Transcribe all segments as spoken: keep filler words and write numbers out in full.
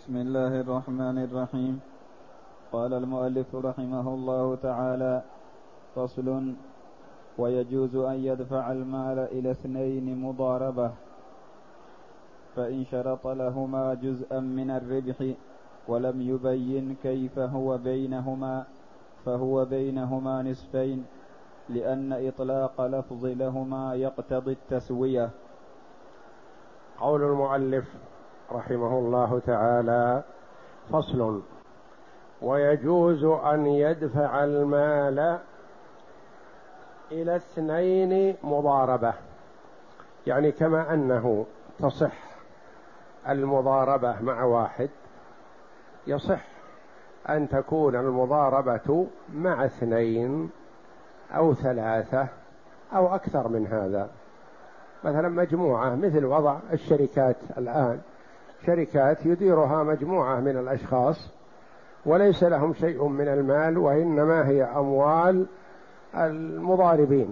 بسم الله الرحمن الرحيم. قال المؤلف رحمه الله تعالى: فصل: ويجوز أن يدفع المال إلى اثنين مضاربة، فإن شرط لهما جزءا من الربح ولم يبين كيف هو بينهما فهو بينهما نصفين، لأن إطلاق لفظ لهما يقتضي التسوية. قول المؤلف رحمه الله تعالى: فصل: ويجوز أن يدفع المال إلى اثنين مضاربة، يعني كما أنه تصح المضاربة مع واحد، يصح أن تكون المضاربة مع اثنين أو ثلاثة أو أكثر من هذا. مثلا مجموعة، مثل وضع الشركات الآن، شركات يديرها مجموعة من الأشخاص وليس لهم شيء من المال، وإنما هي أموال المضاربين،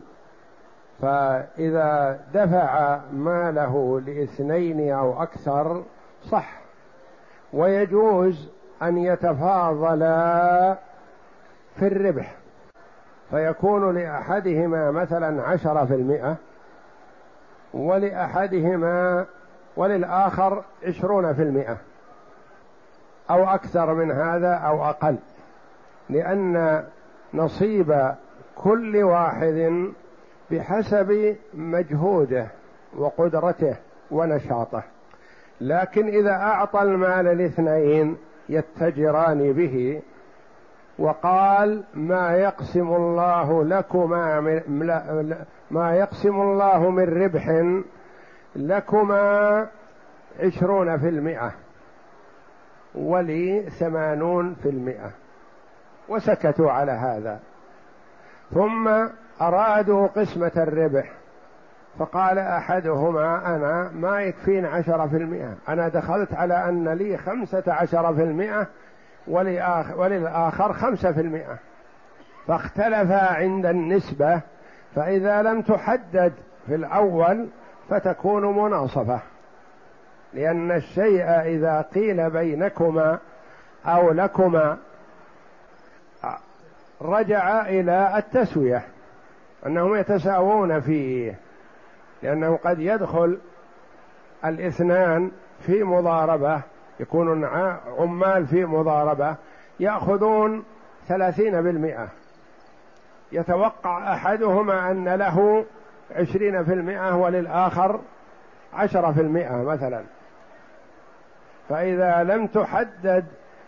فإذا دفع ماله لاثنين أو أكثر صح. ويجوز أن يتفاضلا في الربح، فيكون لأحدهما مثلا عشرة في المئة ولأحدهما وللآخر عشرون في المئة أو أكثر من هذا أو أقل، لأن نصيب كل واحد بحسب مجهوده وقدرته ونشاطه. لكن إذا أعطى المال لاثنين يتجران به وقال: ما يقسم الله لكما من ما يقسم الله من ربح لكما عشرون في المئة ولي ثمانون في المئة، وسكتوا على هذا، ثم أرادوا قسمة الربح، فقال أحدهما: أنا ما يكفين عشرة في المئة، أنا دخلت على أن لي خمسة عشر في المئة وللآخر خمسة في المئة، فاختلفا عند النسبة. فإذا لم تحدد في الأول فتكون مناصفة، لأن الشيء إذا قيل بينكما أو لكما رجع إلى التسوية، أنهم يتساوون فيه، لأنه قد يدخل الاثنان في مضاربة، يكونون عمال في مضاربة يأخذون ثلاثين بالمئة، يتوقع أحدهما أن له عشرين في المئة وللآخر عشرة في المئة مثلا، فإذا لم تحدد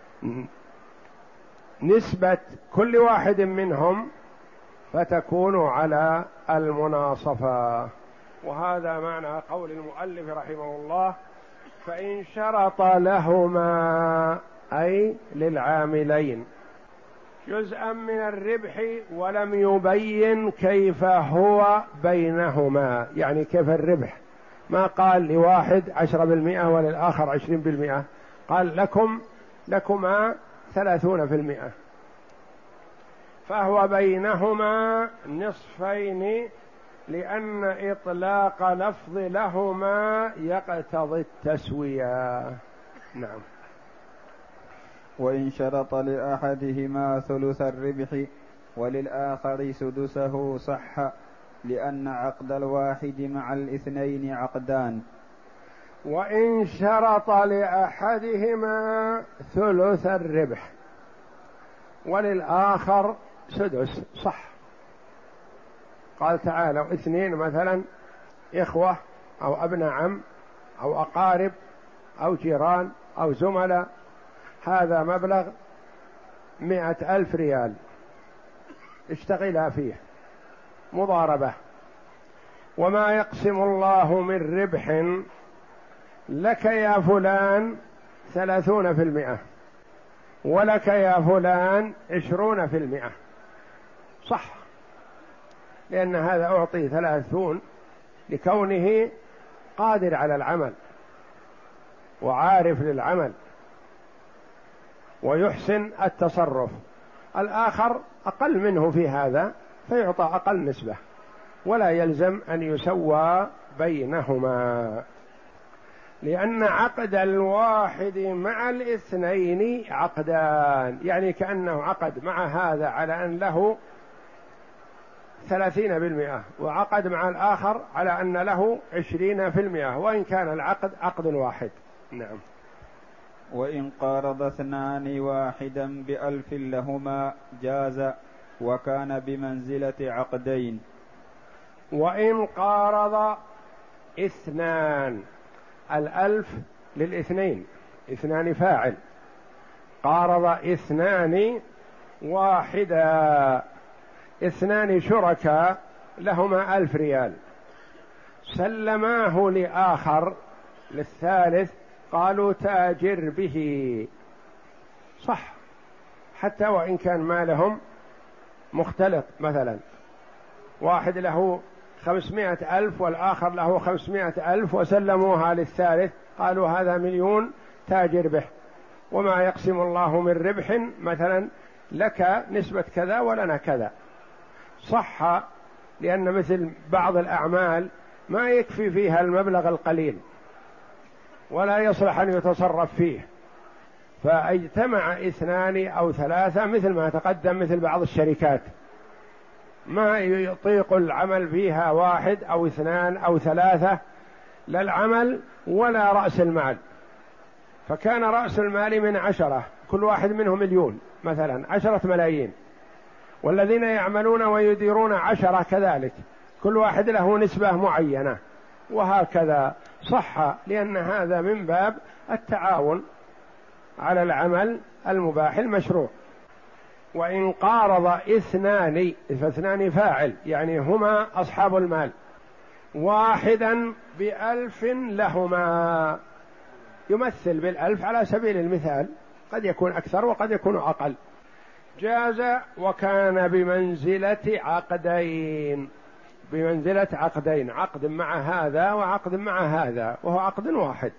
نسبة كل واحد منهم فتكون على المناصفة. وهذا معنى قول المؤلف رحمه الله: فإن شرط لهما، أي للعاملين، جزءا من الربح ولم يبين كيف هو بينهما، يعني كيف الربح، ما قال لواحد عشرة بالمئة وللآخر عشرين بالمئة، قال لكم لكما ثلاثون في المئة، فهو بينهما نصفين، لأن إطلاق لفظ لهما يقتضي التسوية. نعم. وإن شرط لأحدهما ثلث الربح وللآخر سدسه صح، لأن عقد الواحد مع الاثنين عقدان. وإن شرط لأحدهما ثلث الربح وللآخر سدس صح. قال تعالى: اثنين مثلا إخوة أو ابن عم أو أقارب أو جيران أو زملاء، هذا مبلغ مئة ألف ريال اشتغلا فيه مضاربة، وما يقسم الله من ربح لك يا فلان ثلاثون في المئة ولك يا فلان عشرون في المئة صح، لأن هذا أعطي ثلاثون لكونه قادر على العمل وعارف للعمل ويحسن التصرف، الآخر أقل منه في هذا فيعطى أقل نسبة، ولا يلزم أن يسوى بينهما. لأن عقد الواحد مع الاثنين عقدان، يعني كأنه عقد مع هذا على أن له ثلاثين بالمئة، وعقد مع الآخر على أن له عشرين في المئة، وإن كان العقد عقد واحد. نعم. وإن قارض اثنان واحدا بألف لهما جاز، وكان بمنزلة عقدين. وإن قارض اثنان، الألف للاثنين، اثنان فاعل، قارض اثنان واحدا، اثنان شركاء لهما ألف ريال، سلماه لآخر للثالث، قالوا تاجر به، صح، حتى وإن كان مالهم مختلط، مثلا واحد له خمسمائة ألف والآخر له خمسمائة ألف، وسلموها للثالث، قالوا هذا مليون تاجر به، وما يقسم الله من ربح مثلا لك نسبة كذا ولنا كذا، صح، لأن مثل بعض الأعمال ما يكفي فيها المبلغ القليل ولا يصلح أن يتصرف فيه، فاجتمع اثنان أو ثلاثة مثل ما تقدم، مثل بعض الشركات ما يطيق العمل فيها واحد أو اثنان أو ثلاثة، لا العمل ولا رأس المال، فكان رأس المال من عشرة، كل واحد منهم مليون مثلا، عشرة ملايين، والذين يعملون ويديرون عشرة كذلك، كل واحد له نسبة معينة، وهكذا صح، لأن هذا من باب التعاون على العمل المباح المشروع. وإن قارض اثنان، فاثنان فاعل يعني هما أصحاب المال، واحدا بألف لهما، يمثل بالألف على سبيل المثال، قد يكون أكثر وقد يكون أقل، جاز، وكان بمنزلة عقدين، بمنزلة عقدين، عقد مع هذا وعقد مع هذا، وهو عقد واحد.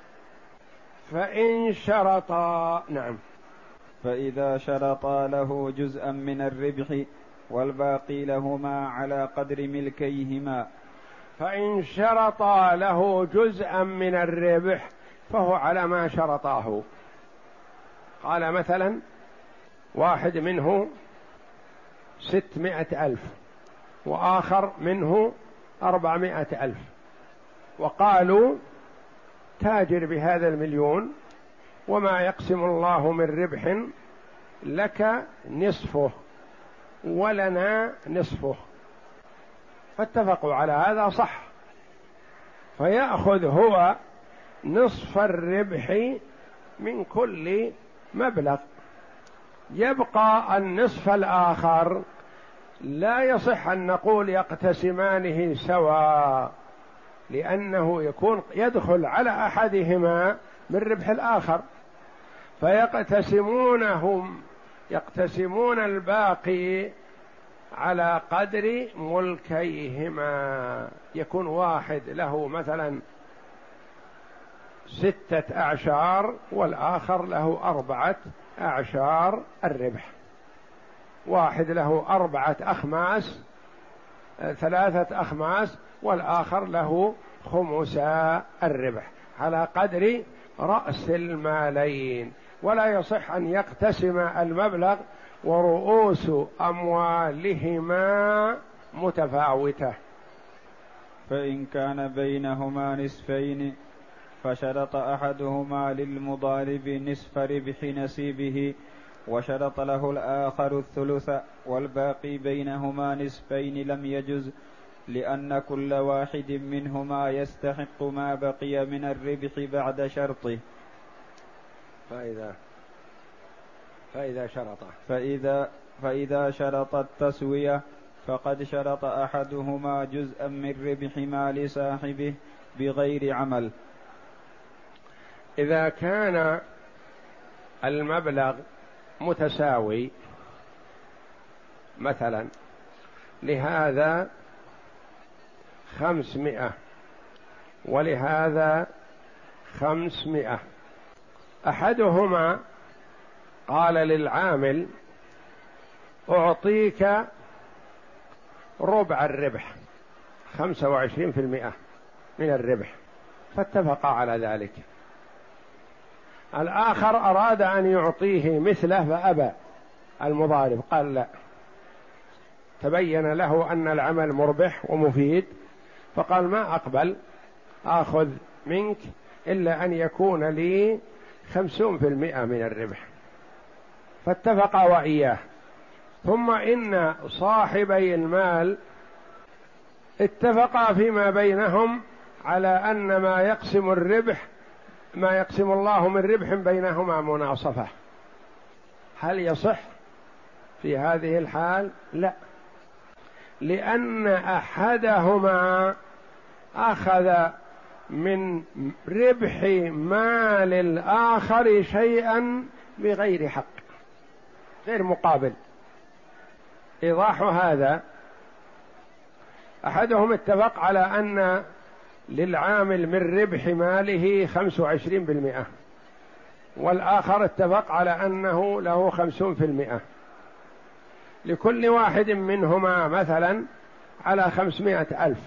فإن شرطا، نعم، فإذا شرطا له جزءا من الربح والباقي لهما على قدر ملكيهما. فإن شرطا له جزءا من الربح فهو على ما شرطاه، قال مثلا واحد منه ستمائة ألف وآخر منه أربعمائة ألف، وقالوا تاجر بهذا المليون، وما يقسم الله من ربح لك نصفه ولنا نصفه، فاتفقوا على هذا، صح، فيأخذ هو نصف الربح من كل مبلغ، يبقى النصف الآخر لا يصح أن نقول يقتسمانه سواء، لأنه يكون يدخل على أحدهما من ربح الآخر، فيقتسمونهم، يقتسمون الباقي على قدر ملكيهما، يكون واحد له مثلا ستة أعشار والآخر له أربعة أعشار الربح، واحد له أربعة أخماس، ثلاثة أخماس، والآخر له خمسا الربح على قدر رأس المالين، ولا يصح أن يقتسم المبلغ ورؤوس أموالهما متفاوتة. فإن كان بينهما نصفين فشرط أحدهما للمضارب نصف ربح نصيبه وشرط له الآخر الثلث والباقي بينهما نصفين لم يجز، لأن كل واحد منهما يستحق ما بقي من الربح بعد شرطه. فإذا فإذا شرط فإذا فإذا شرط التسوية فقد شرط أحدهما جزءا من ربح مال صاحبه بغير عمل. إذا كان المبلغ متساوي، مثلا لهذا خمسمائة ولهذا خمسمائة، أحدهما قال للعامل أعطيك ربع الربح، خمسة وعشرين في المئة من الربح، فاتفقا على ذلك. الآخر أراد أن يعطيه مثله فأبى المضارب، قال لا، تبين له أن العمل مربح ومفيد، فقال ما أقبل آخذ منك إلا أن يكون لي خمسون في المئة من الربح. فاتفقا وإياه. ثم إن صاحبي المال اتفقا فيما بينهم على أن ما يقسم الربح ما يقسم الله من ربح بينهما مناصفة. هل يصح في هذه الحال؟ لا، لأن أحدهما أخذ من ربح مال الآخر شيئا بغير حق، غير مقابل. إيضاح هذا: أحدهم اتفق على أن للعامل من ربح ماله خمسة وعشرين بالمئة، والآخر اتفق على أنه له خمسون في المئة، لكل واحد منهما مثلا على خمسمائة ألف.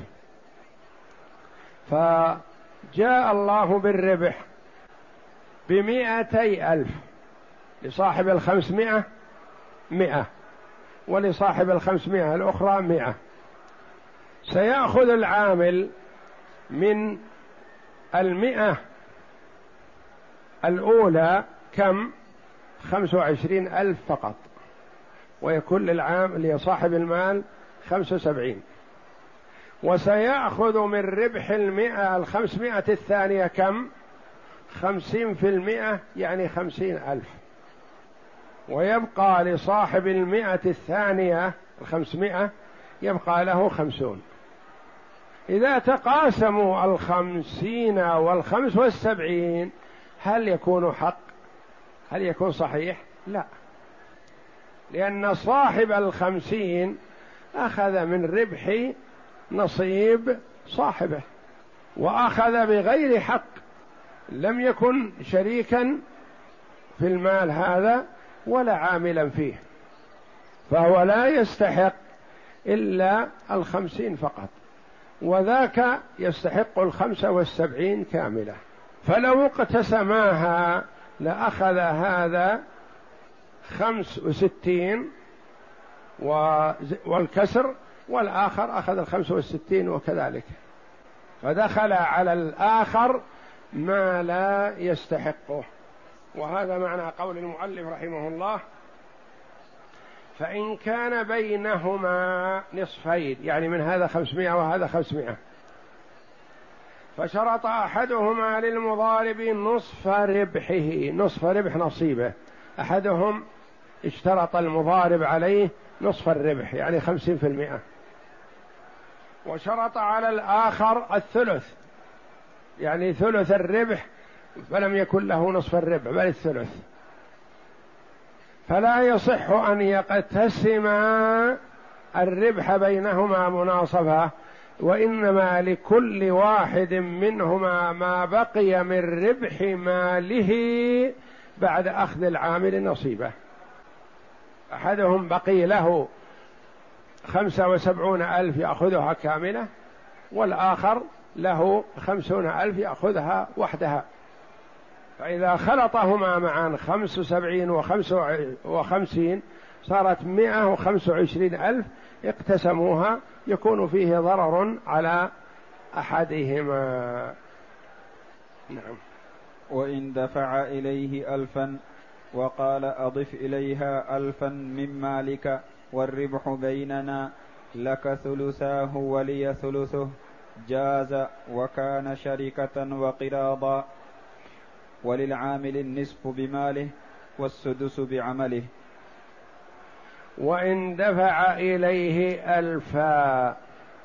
فجاء الله بالربح بمائتي ألف، لصاحب الخمسمائة مئة، ولصاحب الخمسمائة الأخرى مئة. سيأخذ العامل من المئة الأولى كم؟ خمسة وعشرين ألف فقط، ويكون للعام لصاحب المال خمسة وسبعين. وسيأخذ من ربح المئة الخمسمائة الثانية كم؟ خمسين في المئة، يعني خمسين ألف، ويبقى لصاحب المئة الثانية الخمسمائة يبقى له خمسون. إذا تقاسموا الخمسين والخمس والسبعين هل يكون حق؟ هل يكون صحيح؟ لا، لأن صاحب الخمسين أخذ من ربح نصيب صاحبه، وأخذ بغير حق، لم يكن شريكا في المال هذا ولا عاملا فيه، فهو لا يستحق إلا الخمسين فقط، وذاك يستحق الخمسة والسبعين كاملة. فلو اقتسماها لأخذ هذا خمس وستين والكسر، والآخر أخذ الخمس والستين وكذلك، فدخل على الآخر ما لا يستحقه. وهذا معنى قول المؤلف رحمه الله: فإن كان بينهما نصفين، يعني من هذا خمسمائة وهذا خمسمائة، فشرط أحدهما للمضارب نصف ربحه، نصف ربح نصيبه، أحدهم اشترط المضارب عليه نصف الربح يعني خمسين في المئة، وشرط على الآخر الثلث يعني ثلث الربح، فلم يكن له نصف الربح بل الثلث. فلا يصح أن يقتسما الربح بينهما مناصفة، وإنما لكل واحد منهما ما بقي من ربح ماله بعد أخذ العامل نصيبه. أحدهم بقي له خمسة وسبعون ألف يأخذها كاملة، والآخر له خمسون ألف يأخذها وحدها، فإذا خلطهما معا خمس وسبعين وخمسة وخمسين صارت مئة وخمسة وعشرين ألف، اقتسموها، يكون فيه ضرر على أحدهما. نعم. وإن دفع إليه ألفا وقال أضف إليها ألفا من مالك والربح بيننا لك ثلثاه ولي ثلثه جاز، وكان شركة وقراضا، وللعامل النصف بماله والسدس بعمله. وإن دفع إليه ألفا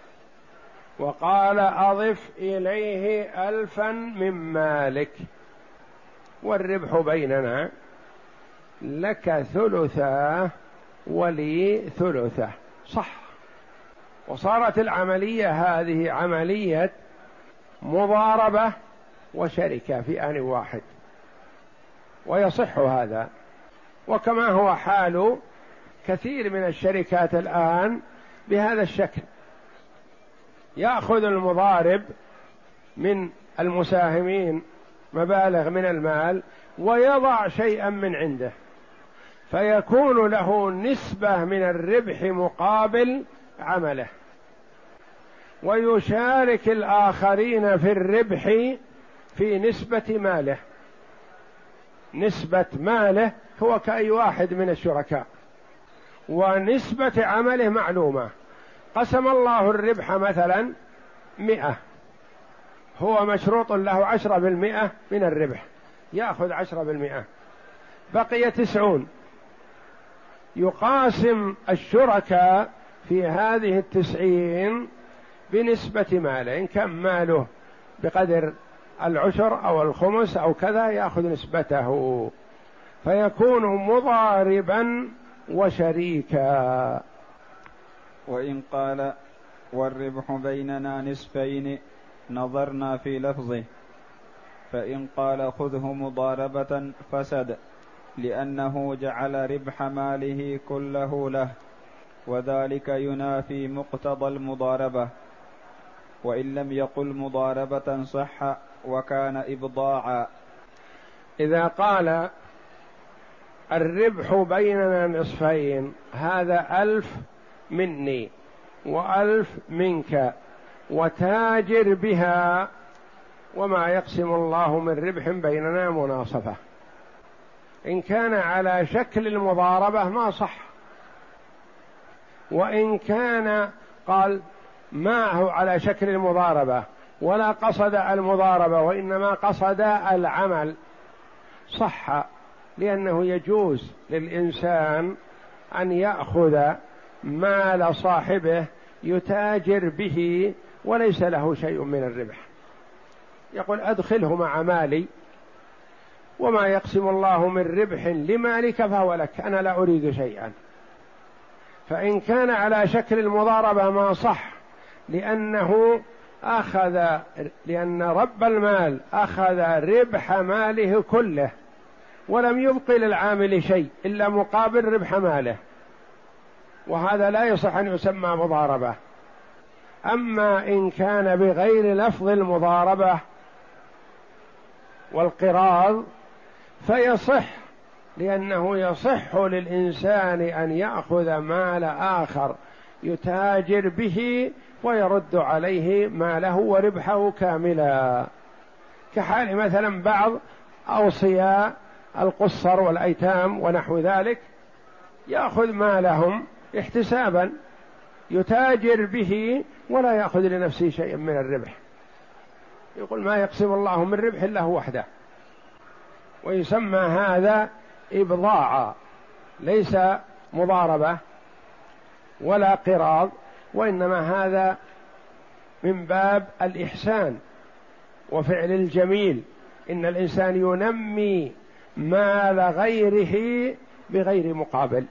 وقال أضف إليه ألفا من مالك والربح بيننا لك ثلثاه ولي ثلثه، صح. وصارت العملية هذه عملية مضاربة وشركة في آن واحد، ويصح هذا، وكما هو حال كثير من الشركات الآن بهذا الشكل، يأخذ المضارب من المساهمين مبالغ من المال ويضع شيئا من عنده، فيكون له نسبة من الربح مقابل عمله، ويشارك الآخرين في الربح في نسبة ماله. نسبة ماله هو كأي واحد من الشركاء، ونسبة عمله معلومة. قسم الله الربح مثلا مئة، هو مشروط له عشرة بالمئة من الربح، يأخذ عشرة بالمئة، بقي تسعون، يقاسم الشركاء في هذه التسعين بنسبة ماله. إن كان ماله بقدر العشر أو الخمس أو كذا يأخذ نسبته، فيكون مضاربا وشريكا. وإن قال والربح بيننا نصفين نظرنا في لفظه، فإن قال خذه مضاربة فسد، لأنه جعل ربح ماله كله له، وذلك ينافي مقتضى المضاربة. وإن لم يقل مضاربة صح وكان إبضاعا. إذا قال الربح بيننا نصفين، هذا ألف مني وألف منك، وتاجر بها، وما يقسم الله من ربح بيننا مناصفة. إن كان على شكل المضاربة ما صح، وإن كان قال ما هو على شكل المضاربة ولا قصد المضاربة وإنما قصد العمل صح، لأنه يجوز للإنسان أن يأخذ مال صاحبه يتاجر به وليس له شيء من الربح، يقول أدخله مع مالي، وما يقسم الله من ربح لمالك فهو لك، أنا لا أريد شيئا. فإن كان على شكل المضاربة ما صح، لأنه أخذ لأن رب المال أخذ ربح ماله كله ولم يبق للعامل شيء إلا مقابل ربح ماله، وهذا لا يصح أن يسمى مضاربة. أما إن كان بغير لفظ المضاربة والقراض فيصح، لأنه يصح للإنسان أن يأخذ مال آخر يتاجر به ويرد عليه ماله وربحه كاملا، كحال مثلا بعض أوصياء القصر والأيتام ونحو ذلك، يأخذ مالهم احتسابا يتاجر به ولا يأخذ لنفسه شيئا من الربح، يقول ما يقسم الله من ربح إلا هو وحده، ويسمى هذا إبضاعا، ليس مضاربة ولا قراض، وإنما هذا من باب الإحسان وفعل الجميل. إن الإنسان ينمي مال غيره بغير مقابل.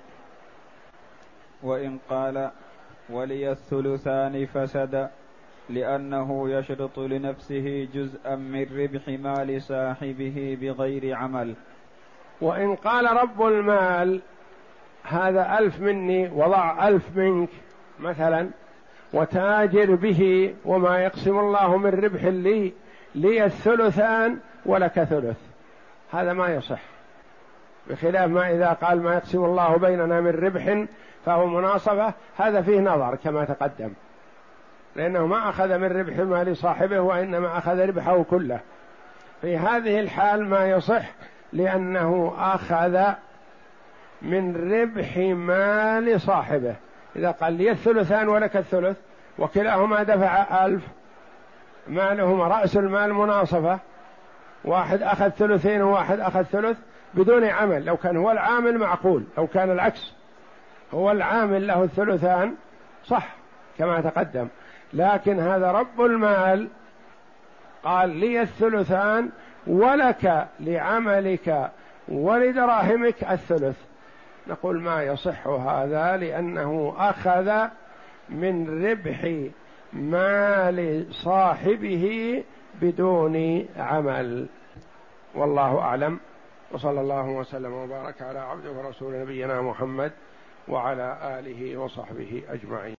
وإن قال ولي الثلثان فسد، لأنه يشرط لنفسه جزءا من ربح مال صاحبه بغير عمل. وإن قال رب المال هذا ألف مني وضع ألف منك مثلا، وتاجر به، وما يقسم الله من ربح لي لي الثلثان ولك ثلث، هذا ما يصح، بخلاف ما إذا قال ما يقسم الله بيننا من ربح فهو مناصفة، هذا فيه نظر كما تقدم، لأنه ما أخذ من ربح مال صاحبه وإنما أخذ ربحه كله. في هذه الحال ما يصح، لأنه أخذ من ربح مال صاحبه. إذا قال لي الثلثان ولك الثلث وكلاهما دفع ألف، مالهما رأس المال مناصفة، واحد أخذ ثلثين وواحد أخذ ثلث بدون عمل. لو كان هو العامل معقول، لو كان العكس هو العامل له الثلثان صح كما تقدم، لكن هذا رب المال قال لي الثلثان ولك لعملك ولدراهمك الثلث، نقول ما يصح هذا، لأنه أخذ من ربح مال صاحبه بدون عمل. والله أعلم، وصلى الله وسلم وبارك على عبده ورسول نبينا محمد وعلى آله وصحبه أجمعين.